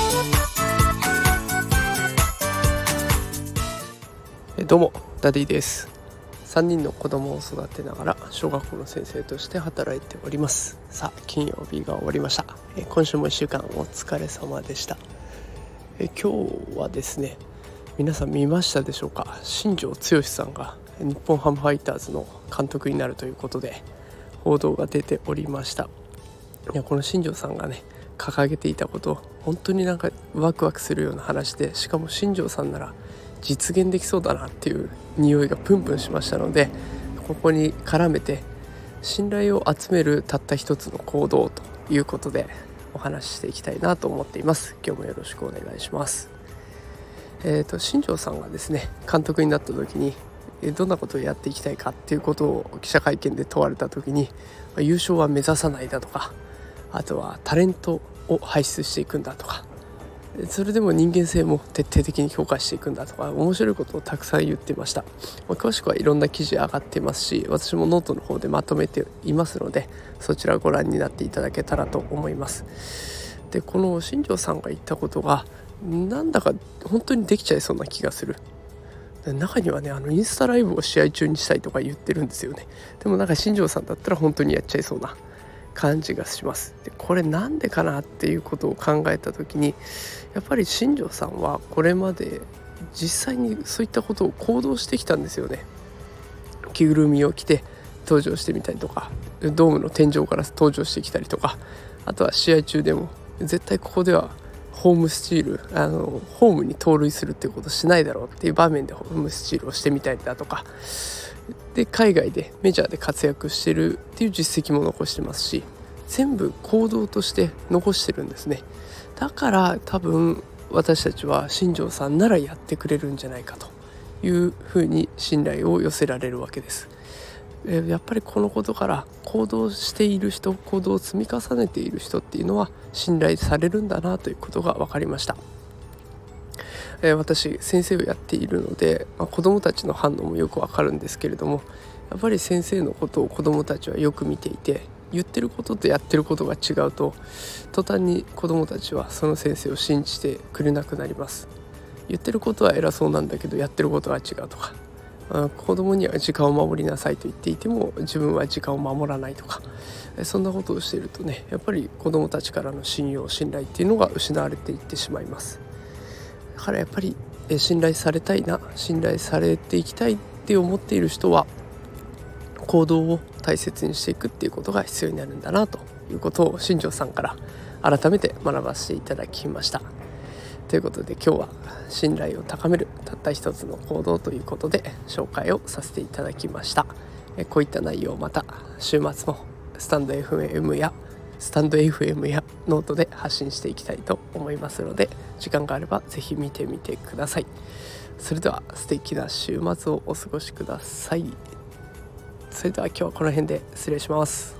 どうもダディです。3人の子供を育てながら小学校の先生として働いております。さあ金曜日が終わりました。今週も1週間お疲れ様でした。今日はですね、皆さん見ましたでしょうか。新庄剛志さんが日本ハムファイターズの監督になるということで報道が出ておりました。この新庄さんがね掲げていたこと、本当になんかワクワクするような話で、しかも新庄さんなら実現できそうだなっていう匂いがプンプンしましたので、ここに絡めて信頼を集めるたった一つの行動ということでお話ししていきたいなと思っています。今日もよろしくお願いします。新庄さんがですね監督になった時にどんなことをやっていきたいかっていうことを記者会見で問われた時に、優勝は目指さないだとか、あとはタレントを輩出していくんだとか、それでも人間性も徹底的に評価していくんだとか、面白いことをたくさん言ってました。詳しくはいろんな記事上がっていますし、私もノートの方でまとめていますので、そちらをご覧になっていただけたらと思います。で、この新庄さんが言ったことがなんだか本当にできちゃいそうな気がする。中にはね、インスタライブを試合中にしたいとか言ってるんですよね。でもなんか新庄さんだったら本当にやっちゃいそうな感じがします。で、これなんでかなっていうことを考えた時に、やっぱり新庄さんはこれまで実際にそういったことを行動してきたんですよね。着ぐるみを着て登場してみたりとか、ドームの天井から登場してきたりとか、あとは試合中でも絶対ここではホームスチール、ホームに盗塁するっていうことしないだろうっていう場面でホームスチールをしてみたりだとかで、海外でメジャーで活躍してるっていう実績も残してますし、全部行動として残してるんですね。だから多分私たちは新庄さんならやってくれるんじゃないかというふうに信頼を寄せられるわけです。やっぱりこのことから行動している人、行動を積み重ねている人っていうのは信頼されるんだなということが分かりました。私先生をやっているので、子どもたちの反応もよくわかるんですけれども、やっぱり先生のことを子どもたちはよく見ていて、言ってることとやってることが違うと途端に子どもたちはその先生を信じてくれなくなります。言ってることは偉そうなんだけどやってることは違うとか、子供には時間を守りなさいと言っていても自分は時間を守らないとか、そんなことをしているとね、やっぱり子供たちからの信用信頼っていうのが失われていってしまいます。だからやっぱり信頼されたいな、信頼されていきたいって思っている人は行動を大切にしていくっていうことが必要になるんだなということを新庄さんから改めて学ばせていただきました。ということで今日は信頼を高めるたった一つの行動ということで紹介をさせていただきました。こういった内容をまた週末もスタンド FM やノートで発信していきたいと思いますので、時間があればぜひ見てみてください。それでは素敵な週末をお過ごしください。それでは今日はこの辺で失礼します。